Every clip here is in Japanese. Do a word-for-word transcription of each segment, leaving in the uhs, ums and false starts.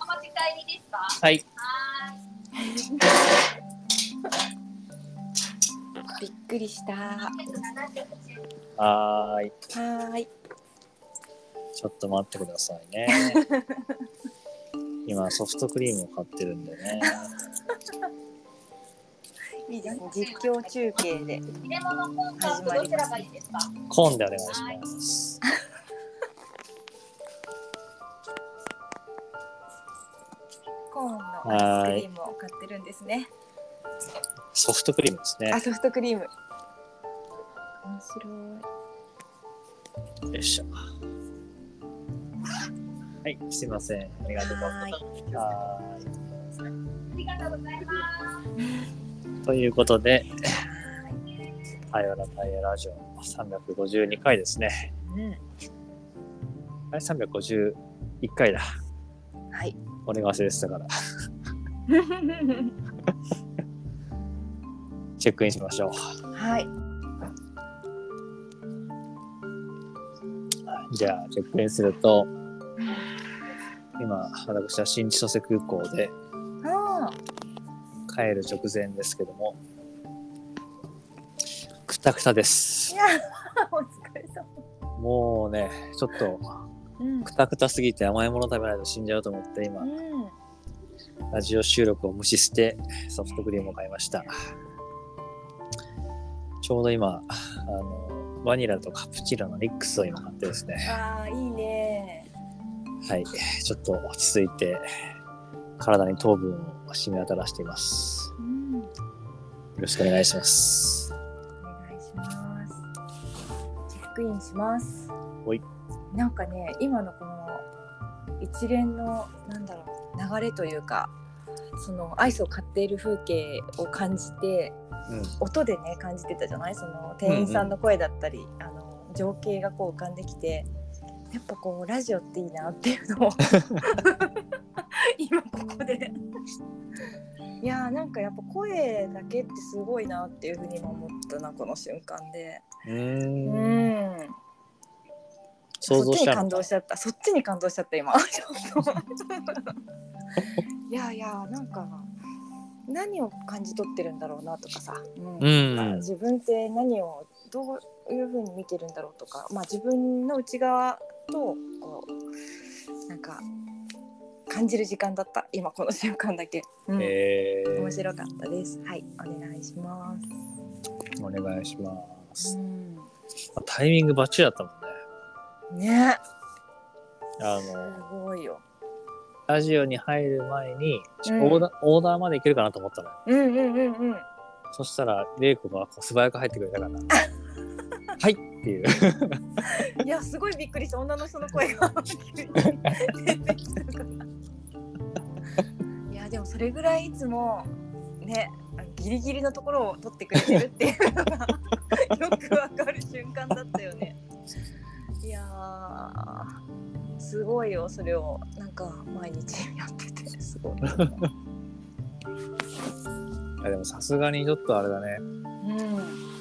持ち帰りですか？ はい。 びっくりした。 はーい。 はーい。 ちょっと待ってくださいね。今ソフトクリームを買ってるんでね。 いいですね。実況中継で入れ物コーンかどちらがいいですか？ コーンでお願いします。 コーンのアイスクリームを買ってるんですね。 ソフトクリームですね。 あ、ソフトクリーム。面白い。 よいしょ。はい、すいません。ありがとうございます。はーい。 ありがとうございます。 ということで、タイワラタイヤラジオさんびゃくごじゅうにかいですね。 うん。 あれさんびゃくごじゅういっかいだ。 はい。 俺が忘れてたから。チェックインしましょう。 はい。 じゃあチェックインすると、今私は新千歳空港であ帰る直前ですけども、くたくたです。 いや、お疲れ様。 もうね、ちょっとうんくたくたすぎて甘いもの食べないと死んじゃうと思って今、 うん、 ラジオ収録を無視してソフトクリームを買いました。ちょうど今あのバニラとカプチーノのミックスを今買ってですね。 ああ、いいね。 はい、ちょっと落ち着いて体に糖分を染み渡らせています。 うん、 よろしくお願いします。 お願いします。チェックインします。 おい。 なんかね、今のこの一連のなんだろう流れというか、そのアイスを買っている風景を感じて、 うん、 音でね感じてたじゃない？その店員さんの声だったり、うんうん、あの情景がこう浮かんできて、やっぱこうラジオっていいなっていうのを今ここでいやー、なんかやっぱ声だけってすごいなっていうふうに思ったな、この瞬間で。 うーん、 うん、 想像したのか。 そっちに感動しちゃった。そっちに感動しちゃった今ちょっといやいや、なんか何を感じ取ってるんだろうなとかさ、うんうん、自分って何をどういう風に見てるんだろうとか、まあ、自分の内側とこうなんか感じる時間だった今この瞬間だけ、うん、 えー、 面白かったです。はい、お願いします。 お願いします、うん、タイミングバッチリだったもんね。 ね、 あのすごいよ。 ラジオに入る前に、うん、オーダー、オーダーまでいけるかなと思ったのよ。 うんうんうんうん。 そしたらレイコが素早く入ってくれたからはいっていういや、すごいびっくりした。女の人の声が出てきたからいや、でもそれぐらいいつもね、ギリギリのところを取ってくれてるっていうのがよくわかる瞬間だったよね。いやー、すごいよ。それをなんか毎日やっててすごいいや、でもさすがにちょっとあれだね、うん、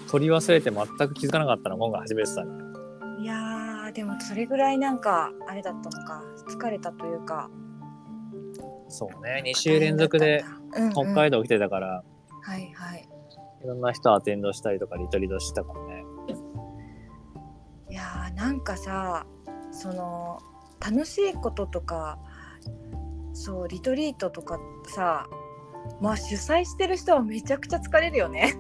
取り忘れて全く気づかなかったの今回初めてだね。 いやー、でもそれぐらいなんかあれだったのか、疲れたというか。 そうね、に週連続で北海道来てたから、うんうん、 はいはい、 いろんな人アテンドしたりとかリトリートしてたからね。 いやー、なんかさ、その楽しいこととか、そうリトリートとかさ、まあ主催してる人はめちゃくちゃ疲れるよね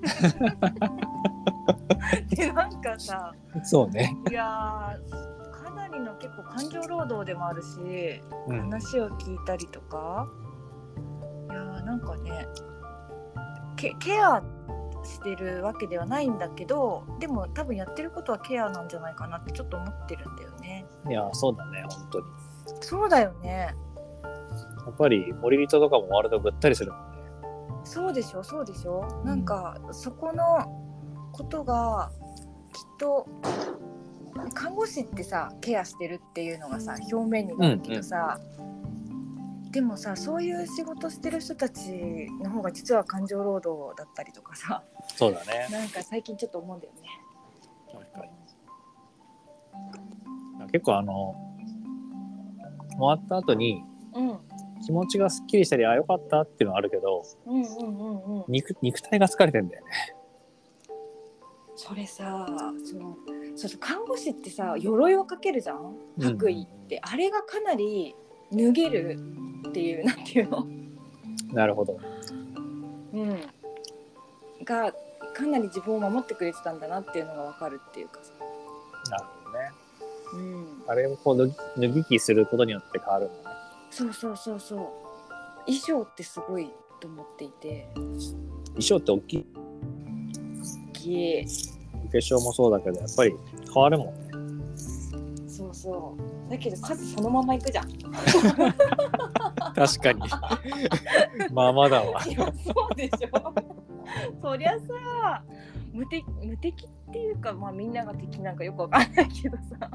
で、なんかさ、 そうね、 いやー、かなりの結構感情労働でもあるし、うん、話を聞いたりとか、いやー、なんかね、ケ、ケアしてるわけではないんだけど、でも多分やってることはケアなんじゃないかなってちょっと思ってるんだよね。 いや、そうだね、本当にそうだよね。 やっぱり森人とかも終わるとぐったりするもんね。 そうでしょ、そうでしょ、うん、なんかそこのことがきっと看護師ってさ、ケアしてるっていうのがさ表面になるけどさ、うんうん、でもさ、そういう仕事してる人たちの方が実は感情労働だったりとかさ。 そうだね、 なんか最近ちょっと思うんだよね。 確かに。結構あの終わった後に、 うん、 気持ちがすっきりしたり、あ、よかったっていうのはあるけど、 うんうんうんうん。 肉肉体が疲れてんだよね。 それさ、そのそうそう、看護師ってさ、鎧をかけるじゃん、白衣って、あれがかなり脱げるっていう、なんていうの、 なるほど。 うんがかなり自分を守ってくれてたんだなっていうのが分かるっていうかさ、 なるほどね。 うん、 あれをこう脱ぎ脱ぎ着することによって変わるんだね。 そうそうそうそう、衣装ってすごいと思っていて、 衣装って大きい。 大きい、 お化粧もそうだけど、やっぱり変わるもんね。 そうそう、だけど数そのままいくじゃん。 確かに。まあまだわ。 いや、そうでしょ。そりゃさ、無敵無敵っていうか、まあみんなが敵なんかよくわかんないけどさ。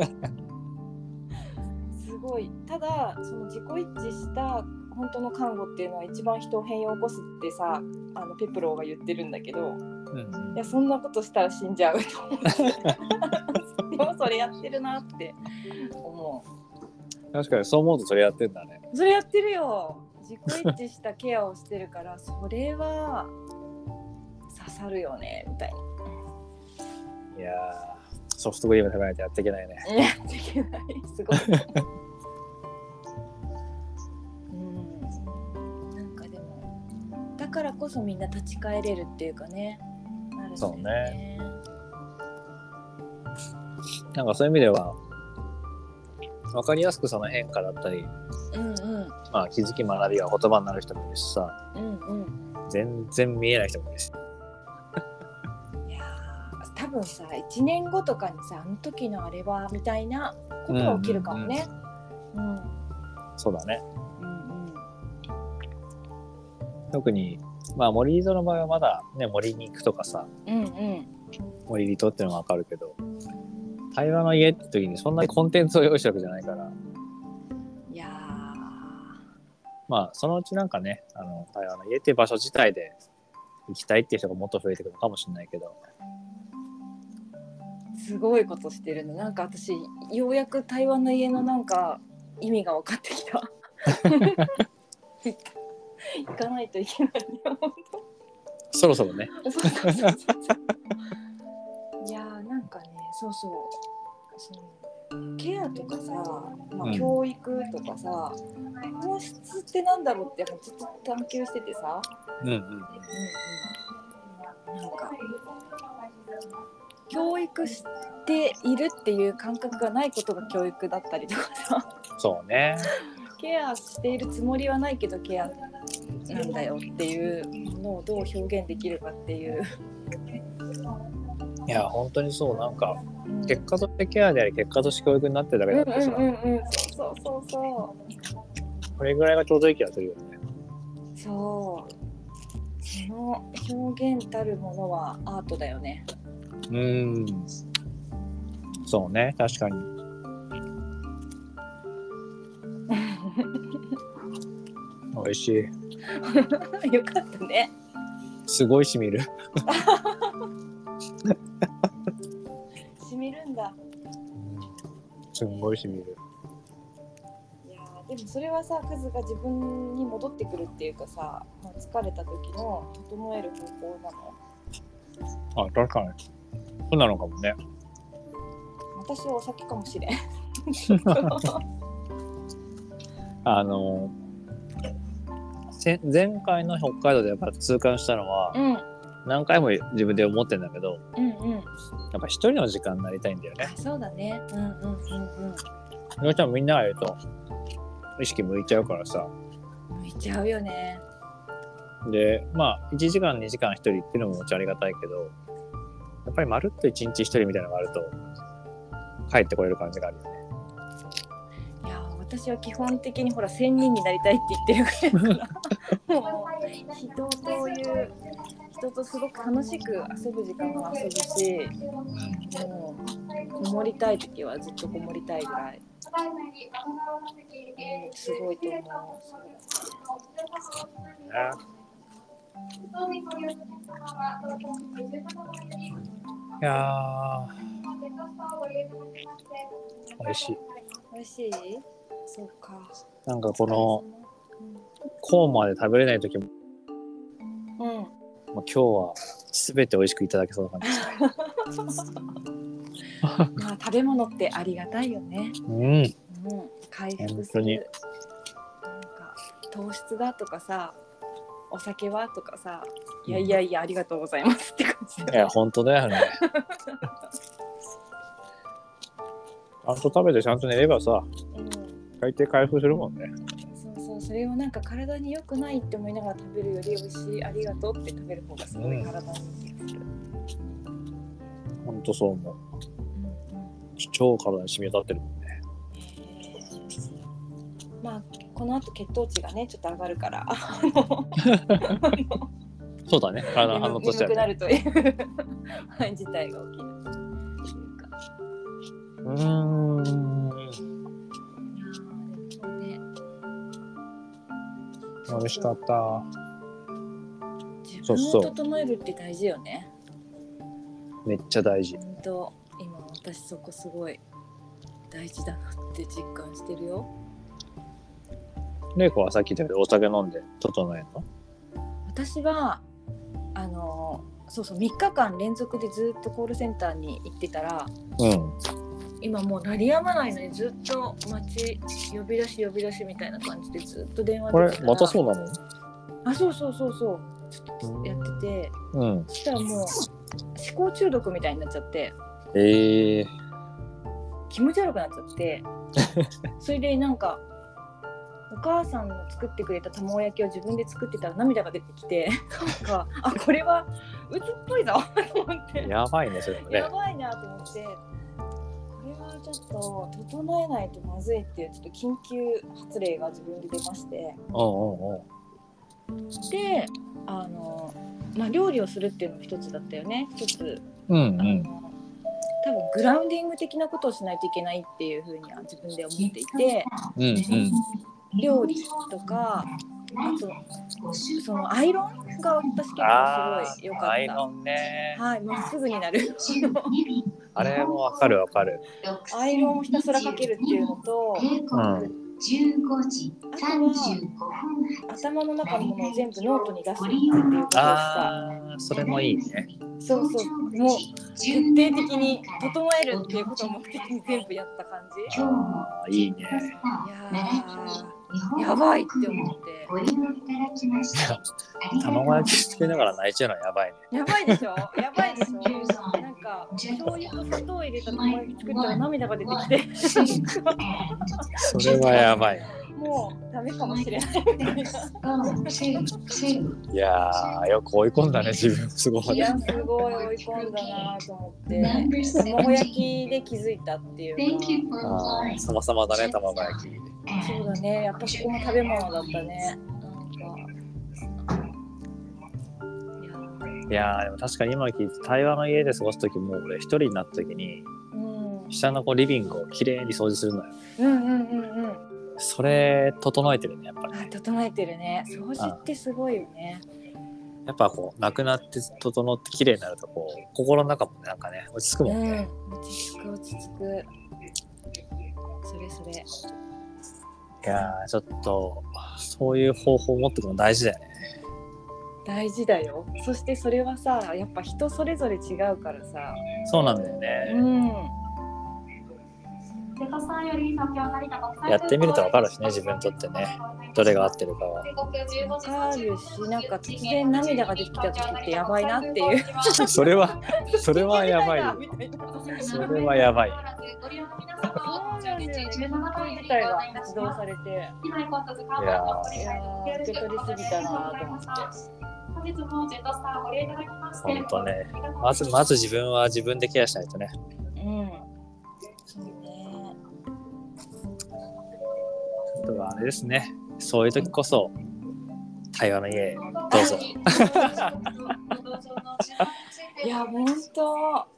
すごい。ただその自己一致した本当の看護っていうのは一番人を変容を起こすってさ、あのペプローが言ってるんだけど、 うんいや、そんなことしたら死んじゃうと思って。でもそれやってるなって思うん、確かにそう思うとそれやってんだね。 う。それやってるよ。自己一致したケアをしてるからそれは刺さるよねみたいいやー、ソフトクリーム食べないとやっていけないね。 な。やっていけない。すごい。うん。なんかでもだからこそみんな立ち返れるっていうかね。なるんだよね。 そうね。なんかそういう意味では分かりやすくその変化だったり、 うんうんまあ、気づき学びが言葉になる人もいるしさ、 うんうん。 全然見えない人もいるし。 いやー、多分さ、いちねんごとかにさ、あの時のあれはみたいなことが起きるかもね。うんうんそうだね。 うんうん特に、まあ、森人の場合はまだね、森に行くとかさ、 うんうん森人っていうのが分かるけど、対話の家って時にそんなにコンテンツを用意したわけじゃないから、 いやまあ、そのうちなんかね、あの、対話の家っていう場所自体で行きたいっていう人がもっと増えてくるのかもしれないけど、 ー、すごいことしてるね。なんか私ようやく台湾の家のなんか意味が分かってきた。行かないといけないね、本そろそろね。 当。そうそうそうそう。いやー、なんかね、そうそう、そのケアとかさ、まあ、 うん教育とかさ、本質ってなんだろうってやっぱずっと探求しててさ、 うんうん。 うんうん、なんか教育しているっていう感覚がないことが教育だったりとかさ、 そうね。 ケアしているつもりはないけどケアなんだよっていうものをどう表現できるかっていう、 いや、本当にそう、なんか、 うん、 結果としてケアであり、結果として教育になってるだけうんだってさ、 うんうんうん、そうそうそうそこれぐらいがちょうどいい気がするよね。 うそう、その表現たるものはアートだよね。 うーん。そうね、確かに。美味しい。 よかったね。 すごいしみる。 しみるんだ。 すんごいしみる。 いやー、でもそれはさ、カズが自分に戻ってくるっていうかさ、まあ、疲れた時の整える方法なの。 あ、確かに。そうなのかもね。 私はお酒かもしれん。 あの、せ前回の北海道でやっぱ痛感したのは、 うん何回も自分で思ってんだけど、 うんうん。 やっぱ一人の時間になりたいんだよね。 そうだね。うんうんうんうん。 どうしてもみんながいると意識向いちゃうからさ。 向いちゃうよね。 で、まあいちじかんにじかん一人っていうのももちろんありがたいけど、やっぱりまるっと一日一人みたいなのがあると帰ってこれる感じがあるよね。 いやー、私は基本的にほら仙人になりたいって言ってるぐらいだからもう人という人とすごく楽しく遊ぶ時間も遊ぶし、もうこもりたい時はずっとこもりたいぐらい、うん、すごいと思う。 いやー、美味しい。 美味しい？そうか。 なんかこのコーンまで食べれない時も、 うん。 まあ、今日は全て美味しくいただけそうな感じですね。 まあ食べ物ってありがたいよね。 うん。 うん。回復す本当にる。なんか糖質だとかさ、お酒はとかさ、いやいやいやありがとうございますって感じだよね。 いや本当だよね。ちゃんと食べてちゃんと寝ればさ、 うん大抵回復するもんね。 そうそう、それをなんか体に良くないって思いながら食べるより美味しいありがとうって食べる方がすごい体にいい気がする。 本当そう思う。 うんうん、 超体に染み渡ってるもんね。 へーまあこの後血糖値がねちょっと上がるからそうだね。体の反応としては、 眠くなね。 るというはい事態が起きるっていうか。 うーん。美味しかった。 自分を整えるって大事よね。 めっちゃ大事。 本当今私そこすごい大事だなって実感してるよ。 玲子はさっき言ったけどお酒飲んで整えるの？ 私はあのそうそうみっかかん連続でずっとコールセンターに行ってたら、 うん。 今もう鳴りやまないのにずっと待ち呼び出し呼び出しみたいな感じでずっと電話これできたら、 またそうなの？ あそうそうそうそうちょっとやってて、 うん。 そしたらもう思考中毒みたいになっちゃって、 ええ気持ち悪くなっちゃってそれでなんかお母さんの作ってくれた卵焼きを自分で作ってたら涙が出てきてなんかあこれはうつっぽいぞと思ってー、やばいねそれもね。 やばいなと思ってこれはちょっと整えないとまずいっていうちょっと緊急発令が自分で出まして、 うんうんうん。 であの、まあ、料理をするっていうのも一つだったよね。一つうんうあのん。 多分グラウンディング的なことをしないといけないっていうふうには自分で思っていて、 うんうん。 料理とかあとそのアイロンが私結構すごい良かった。 アイロンね。 はい、まっすぐになるあれもわかるわかる。 アイロンをひたすらかけるっていうのと、 うんじゅうごじさんじゅうごふん頭の中のものを全部ノートに出すっていうことをした。 ああ、それもいいね。 そうそう、もう徹底的に整えるっていうことを目的に全部やった感じ。 ああ、いいね。 いやー、やばいって思って。 ご利用いただきました卵焼き作りながら泣いちゃうのはやばいね。 やばいでしょ、やばいでしょ。なんか醤油と砂糖を入れた卵焼き作ったら涙が出てきてそれはやばい。 もうダメかもしれないみたいな。 いやー、よく追い込んだね、自分すごい。 いや、すごい追い込んだなと思って卵焼きで気づいたっていうか。 あー、様々だね、卵焼き。 そうだね、やっぱそこも食べ物だったね。 いやー、でも確かに今聞いて対話の家で過ごすときも俺一人になったときに、 うん、 下のこうリビングをきれいに掃除するのよ。 うんうんうんうん。 それ整えてるね、やっぱり。 あ、整えてるね。掃除ってすごいよね。 やっぱこうなくなって整ってきれいになるとこう心の中もなんかね落ち着くもんね。 うん、落ち着く落ち着く。それそれ。 いやー、ちょっとそういう方法を持っておくの大事だよね。 大事だよ。そしてそれはさ、やっぱ人それぞれ違うからさ。 そうなんだよね。 うん。 やってみると分かるしね、自分にとってね、どれが合ってるかは。 分かるし、なんか突然涙が出てきた時ってやばいなっていう。 それはそれはやばいよ。それはやばい。 そうなんだよね。自体が発動されて。いやいやー、受け取りすぎたなと思って。 本当ね。まずまず自分は自分でケアしないとね。 うん。そうね。 あとはあれですね。そういう時こそ対話の家へどうぞ。 いや本当。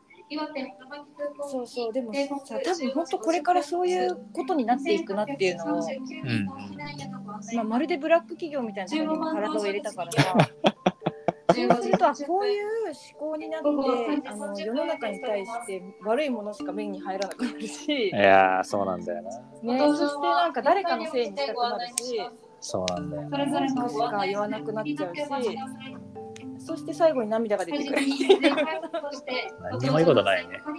そうそう、でもさ、多分本当これからそういうことになっていくなっていうのを、 うんまあ、まるでブラック企業みたいなところにも体を入れたからさ。そうするとこういう思考になってあの世の中に対して悪いものしか目に入らなくなるし、 いやー、そうなんだよな。 ね、そしてなんか誰かのせいにしたくなるし、 そうなんだよ。 それぞれのしか言わなくなっちゃうし、そして最後に涙が出てくる。 何にもいいことないね。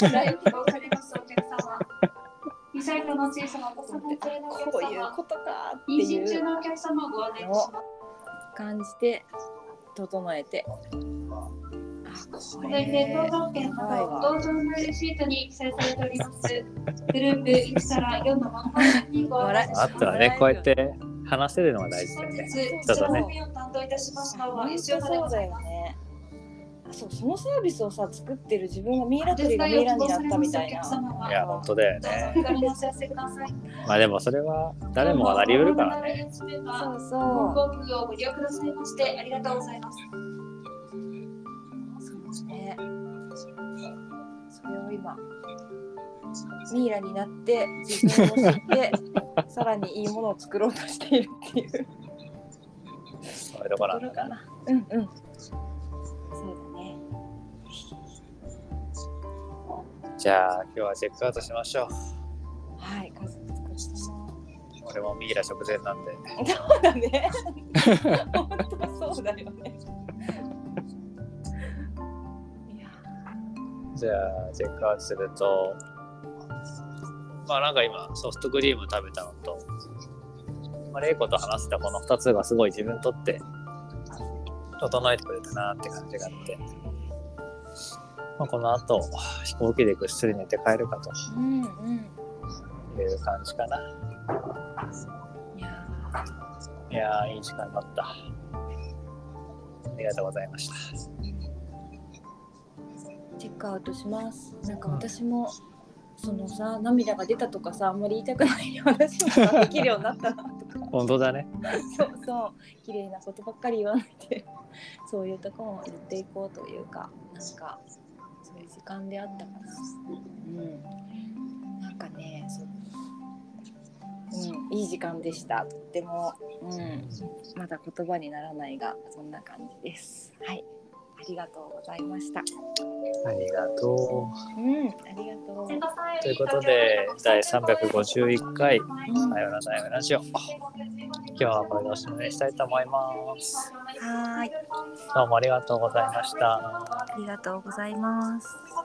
リサイクルの小さなお子様連れのお客様、 こういうことかって妊いう娠中のお客様をご案内します。 感じて整えて、あ、こ続いて当番券の同乗のレシートに記載されておりますグループいちからよんの番号にご案内します。 あとはね、こうやって話せるのが大事だよね。 本日こちらの便を担当いたしますのは本吉岡で当そうだございます。 よね。あ、そう、そのサービスをさ作ってる自分がミイラ取りがミイラになったみたいな。 いや、本当だよね。 気軽にお知らせください。 まあでもそれは誰もがなりうるからね。 そう本そ航空をご利用くださいましてありがとうございます。 う。そうね。それを今ミイラになって自分を知ってさらにいいものを作ろうとしているっていう。 そういうところなんだな。 うんうん。そうだね。 じゃあ今日はチェックアウトしましょう。 はい、家族作ったな。 俺もミイラ直前なんで。 そうだね。本当そうだよね。いや、 じゃあチェックアウトすると、まあなんか今ソフトクリーム食べたのと、まあ、レイコと話したこのふたつがすごい自分にとって整えてくれたなって感じがあって、まあ、この後飛行機でぐっすり寝て帰るかとうんうん。 いう感じかな。 いやいやー、いい時間だった。ありがとうございました。 チェックアウトします。なんか私も、そのさ、涙が出たとかさ、あんまり言いたくない話もさできるようになったなとか。 本当だね。 そうそう、綺麗なことばっかり言わないで、そういうとこも言っていこうというか、なんかそういう時間であったかな。うん。なんかね、そう。うん、いい時間でした。とっても、うん、まだ言葉にならないが、そんな感じです。はい、ありがとうございました。 ありがとうん、ありがとう。 う。ということで、だいさんびゃくごじゅういっかい、さよならさよならラジオ。今日はこれでおしまいにしたいと思います。 はーい、 どうもありがとうございました。 ありがとうございます。